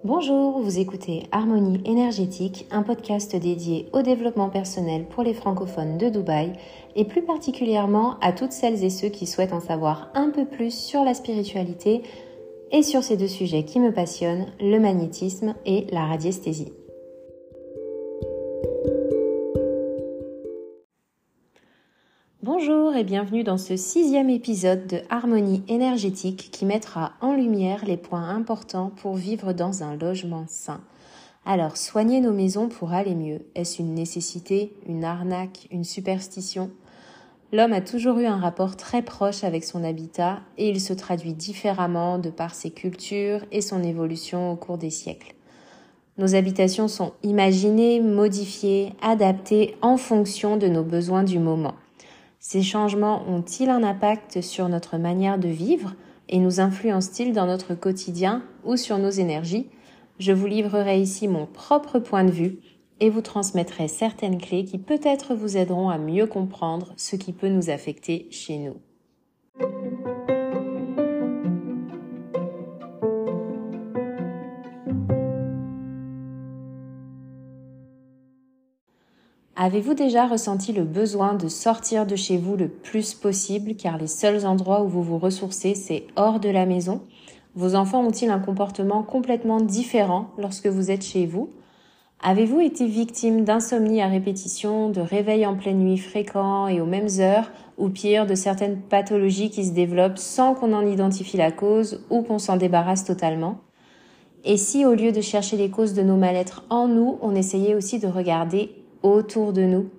Bonjour, vous écoutez Harmonie énergétique, un podcast dédié au développement personnel pour les francophones de Dubaï et plus particulièrement à toutes celles et ceux qui souhaitent en savoir un peu plus sur la spiritualité et sur ces deux sujets qui me passionnent, le magnétisme et la radiesthésie. Bonjour et bienvenue dans ce 6e épisode de Harmonie énergétique qui mettra en lumière les points importants pour vivre dans un logement sain. Alors, soigner nos maisons pour aller mieux, est-ce une nécessité, une arnaque, une superstition ? L'homme a toujours eu un rapport très proche avec son habitat et il se traduit différemment de par ses cultures et son évolution au cours des siècles. Nos habitations sont imaginées, modifiées, adaptées en fonction de nos besoins du moment. Ces changements ont-ils un impact sur notre manière de vivre et nous influencent-ils dans notre quotidien ou sur nos énergies ? Je vous livrerai ici mon propre point de vue et vous transmettrai certaines clés qui peut-être vous aideront à mieux comprendre ce qui peut nous affecter chez nous. Avez-vous déjà ressenti le besoin de sortir de chez vous le plus possible car les seuls endroits où vous vous ressourcez, c'est hors de la maison ? Vos enfants ont-ils un comportement complètement différent lorsque vous êtes chez vous ? Avez-vous été victime d'insomnie à répétition, de réveils en pleine nuit fréquents et aux mêmes heures, ou pire, de certaines pathologies qui se développent sans qu'on en identifie la cause ou qu'on s'en débarrasse totalement ? Et si, au lieu de chercher les causes de nos mal-être en nous, on essayait aussi de regarder autour de nous.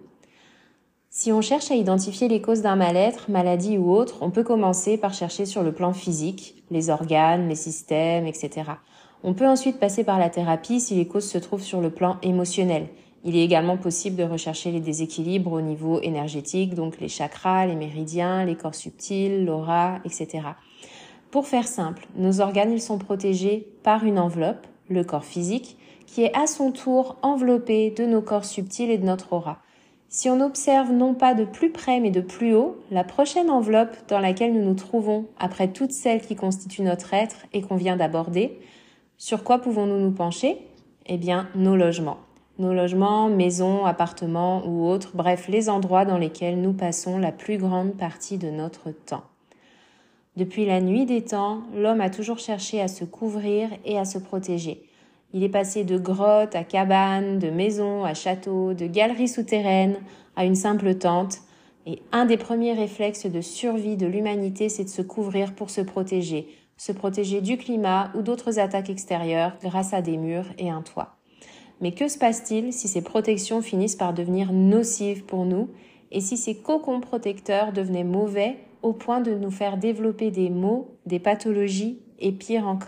Si on cherche à identifier les causes d'un mal-être, maladie ou autre, on peut commencer par chercher sur le plan physique, les organes, les systèmes, etc. On peut ensuite passer par la thérapie si les causes se trouvent sur le plan émotionnel. Il est également possible de rechercher les déséquilibres au niveau énergétique, donc les chakras, les méridiens, les corps subtils, l'aura, etc. Pour faire simple, nos organes ils sont protégés par une enveloppe, le corps physique, qui est à son tour enveloppé de nos corps subtils et de notre aura. Si on observe non pas de plus près mais de plus haut, la prochaine enveloppe dans laquelle nous nous trouvons après toutes celles qui constituent notre être et qu'on vient d'aborder, sur quoi pouvons-nous nous pencher ? Eh bien, nos logements. Nos logements, maisons, appartements ou autres, bref, les endroits dans lesquels nous passons la plus grande partie de notre temps. Depuis la nuit des temps, l'homme a toujours cherché à se couvrir et à se protéger. Il est passé de grottes à cabanes, de maisons à châteaux, de galeries souterraines à une simple tente. Et un des premiers réflexes de survie de l'humanité, c'est de se couvrir pour se protéger du climat ou d'autres attaques extérieures grâce à des murs et un toit. Mais que se passe-t-il si ces protections finissent par devenir nocives pour nous et si ces cocons protecteurs devenaient mauvais au point de nous faire développer des maux, des pathologies et pire encore ?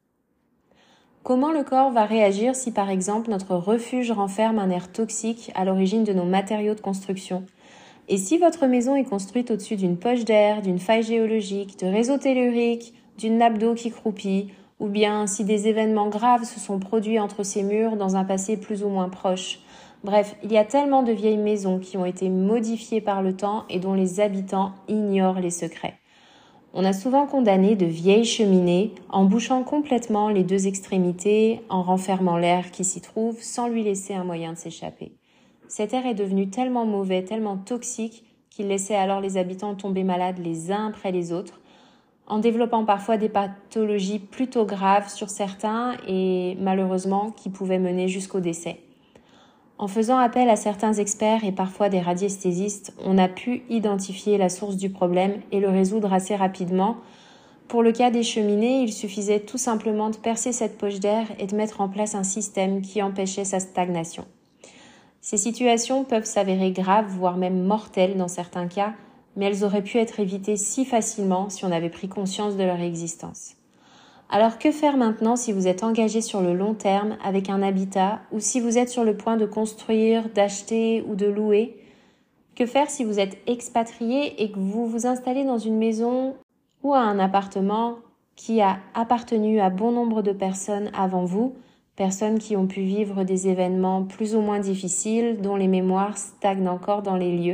Comment le corps va réagir si par exemple notre refuge renferme un air toxique à l'origine de nos matériaux de construction ? Et si votre maison est construite au-dessus d'une poche d'air, d'une faille géologique, de réseaux telluriques, d'une nappe d'eau qui croupit, ou bien si des événements graves se sont produits entre ces murs dans un passé plus ou moins proche ? Bref, il y a tellement de vieilles maisons qui ont été modifiées par le temps et dont les habitants ignorent les secrets. On a souvent condamné de vieilles cheminées en bouchant complètement les deux extrémités, en renfermant l'air qui s'y trouve sans lui laisser un moyen de s'échapper. Cet air est devenu tellement mauvais, tellement toxique qu'il laissait alors les habitants tomber malades les uns après les autres, en développant parfois des pathologies plutôt graves sur certains et malheureusement qui pouvaient mener jusqu'au décès. En faisant appel à certains experts et parfois des radiesthésistes, on a pu identifier la source du problème et le résoudre assez rapidement. Pour le cas des cheminées, il suffisait tout simplement de percer cette poche d'air et de mettre en place un système qui empêchait sa stagnation. Ces situations peuvent s'avérer graves, voire même mortelles dans certains cas, mais elles auraient pu être évitées si facilement si on avait pris conscience de leur existence. Alors que faire maintenant si vous êtes engagé sur le long terme avec un habitat ou si vous êtes sur le point de construire, d'acheter ou de louer ? Que faire si vous êtes expatrié et que vous vous installez dans une maison ou à un appartement qui a appartenu à bon nombre de personnes avant vous, personnes qui ont pu vivre des événements plus ou moins difficiles dont les mémoires stagnent encore dans les lieux ?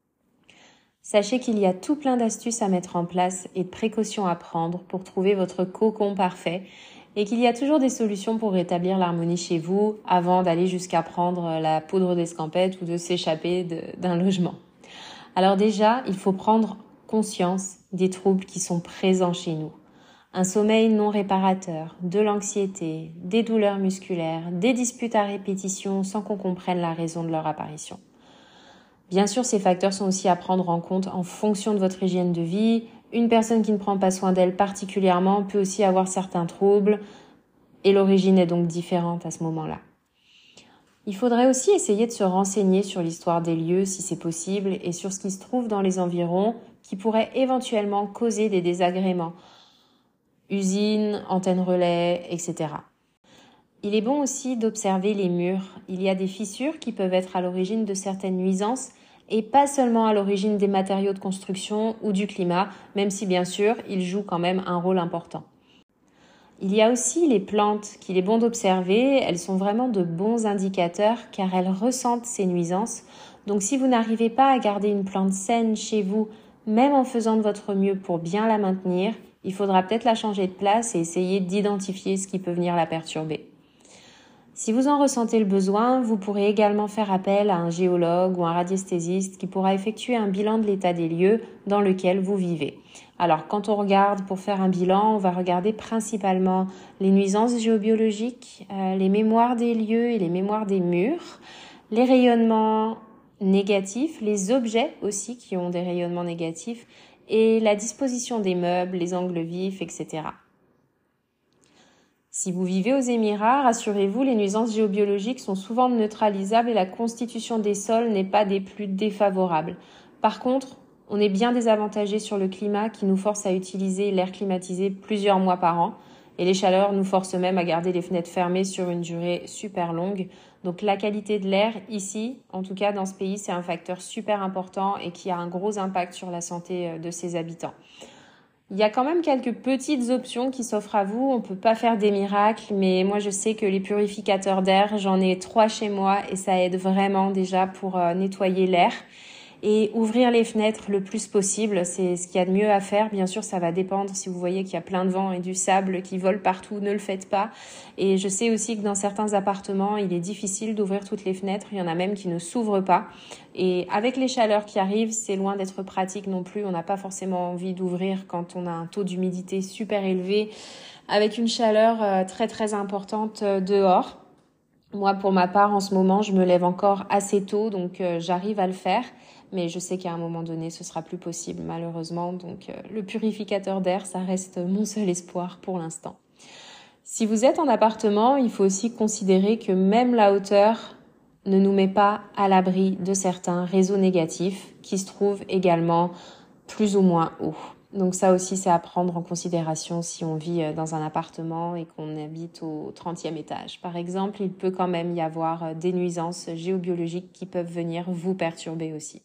Sachez qu'il y a tout plein d'astuces à mettre en place et de précautions à prendre pour trouver votre cocon parfait et qu'il y a toujours des solutions pour rétablir l'harmonie chez vous avant d'aller jusqu'à prendre la poudre d'escampette ou de s'échapper d'un logement. Alors déjà, il faut prendre conscience des troubles qui sont présents chez nous. Un sommeil non réparateur, de l'anxiété, des douleurs musculaires, des disputes à répétition sans qu'on comprenne la raison de leur apparition. Bien sûr, ces facteurs sont aussi à prendre en compte en fonction de votre hygiène de vie. Une personne qui ne prend pas soin d'elle particulièrement peut aussi avoir certains troubles et l'origine est donc différente à ce moment-là. Il faudrait aussi essayer de se renseigner sur l'histoire des lieux si c'est possible et sur ce qui se trouve dans les environs qui pourrait éventuellement causer des désagréments. Usines, antennes relais, etc. Il est bon aussi d'observer les murs. Il y a des fissures qui peuvent être à l'origine de certaines nuisances et pas seulement à l'origine des matériaux de construction ou du climat, même si bien sûr, ils jouent quand même un rôle important. Il y a aussi les plantes qu'il est bon d'observer. Elles sont vraiment de bons indicateurs car elles ressentent ces nuisances. Donc si vous n'arrivez pas à garder une plante saine chez vous, même en faisant de votre mieux pour bien la maintenir, il faudra peut-être la changer de place et essayer d'identifier ce qui peut venir la perturber. Si vous en ressentez le besoin, vous pourrez également faire appel à un géologue ou un radiesthésiste qui pourra effectuer un bilan de l'état des lieux dans lequel vous vivez. Alors, quand on regarde pour faire un bilan, on va regarder principalement les nuisances géobiologiques, les mémoires des lieux et les mémoires des murs, les rayonnements négatifs, les objets aussi qui ont des rayonnements négatifs et la disposition des meubles, les angles vifs, etc. Si vous vivez aux Émirats, rassurez-vous, les nuisances géobiologiques sont souvent neutralisables et la constitution des sols n'est pas des plus défavorables. Par contre, on est bien désavantagé sur le climat qui nous force à utiliser l'air climatisé plusieurs mois par an et les chaleurs nous forcent même à garder les fenêtres fermées sur une durée super longue. Donc la qualité de l'air ici, en tout cas dans ce pays, c'est un facteur super important et qui a un gros impact sur la santé de ses habitants. Il y a quand même quelques petites options qui s'offrent à vous. On peut pas faire des miracles, mais moi je sais que les purificateurs d'air, j'en ai 3 chez moi et ça aide vraiment déjà pour nettoyer l'air. Et ouvrir les fenêtres le plus possible, c'est ce qu'il y a de mieux à faire. Bien sûr, ça va dépendre. Si vous voyez qu'il y a plein de vent et du sable qui vole partout, ne le faites pas. Et je sais aussi que dans certains appartements, il est difficile d'ouvrir toutes les fenêtres. Il y en a même qui ne s'ouvrent pas. Et avec les chaleurs qui arrivent, c'est loin d'être pratique non plus. On n'a pas forcément envie d'ouvrir quand on a un taux d'humidité super élevé, avec une chaleur très très importante dehors. Moi, pour ma part, en ce moment, je me lève encore assez tôt, donc j'arrive à le faire. Mais je sais qu'à un moment donné, ce sera plus possible, malheureusement. Donc, le purificateur d'air, ça reste mon seul espoir pour l'instant. Si vous êtes en appartement, il faut aussi considérer que même la hauteur ne nous met pas à l'abri de certains réseaux négatifs qui se trouvent également plus ou moins hauts. Donc ça aussi, c'est à prendre en considération si on vit dans un appartement et qu'on habite au 30e étage. Par exemple, il peut quand même y avoir des nuisances géobiologiques qui peuvent venir vous perturber aussi.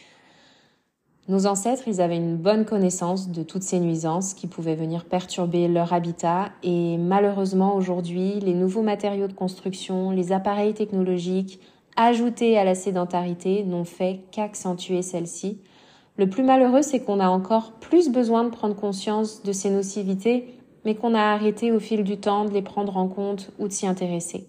Nos ancêtres, ils avaient une bonne connaissance de toutes ces nuisances qui pouvaient venir perturber leur habitat et malheureusement aujourd'hui, les nouveaux matériaux de construction, les appareils technologiques ajoutés à la sédentarité n'ont fait qu'accentuer celle-ci. Le plus malheureux, c'est qu'on a encore plus besoin de prendre conscience de ces nocivités, mais qu'on a arrêté au fil du temps de les prendre en compte ou de s'y intéresser.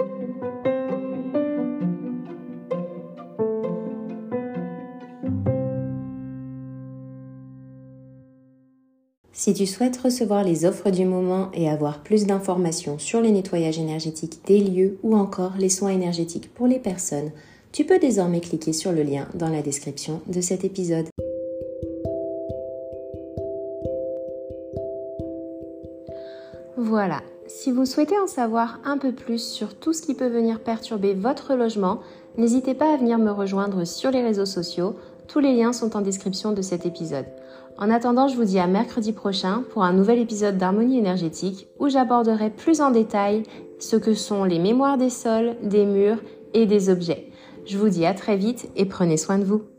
Si tu souhaites recevoir les offres du moment et avoir plus d'informations sur les nettoyages énergétiques des lieux ou encore les soins énergétiques pour les personnes, tu peux désormais cliquer sur le lien dans la description de cet épisode. Voilà, si vous souhaitez en savoir un peu plus sur tout ce qui peut venir perturber votre logement, n'hésitez pas à venir me rejoindre sur les réseaux sociaux. Tous les liens sont en description de cet épisode. En attendant, je vous dis à mercredi prochain pour un nouvel épisode d'Harmonie énergétique où j'aborderai plus en détail ce que sont les mémoires des sols, des murs et des objets. Je vous dis à très vite et prenez soin de vous.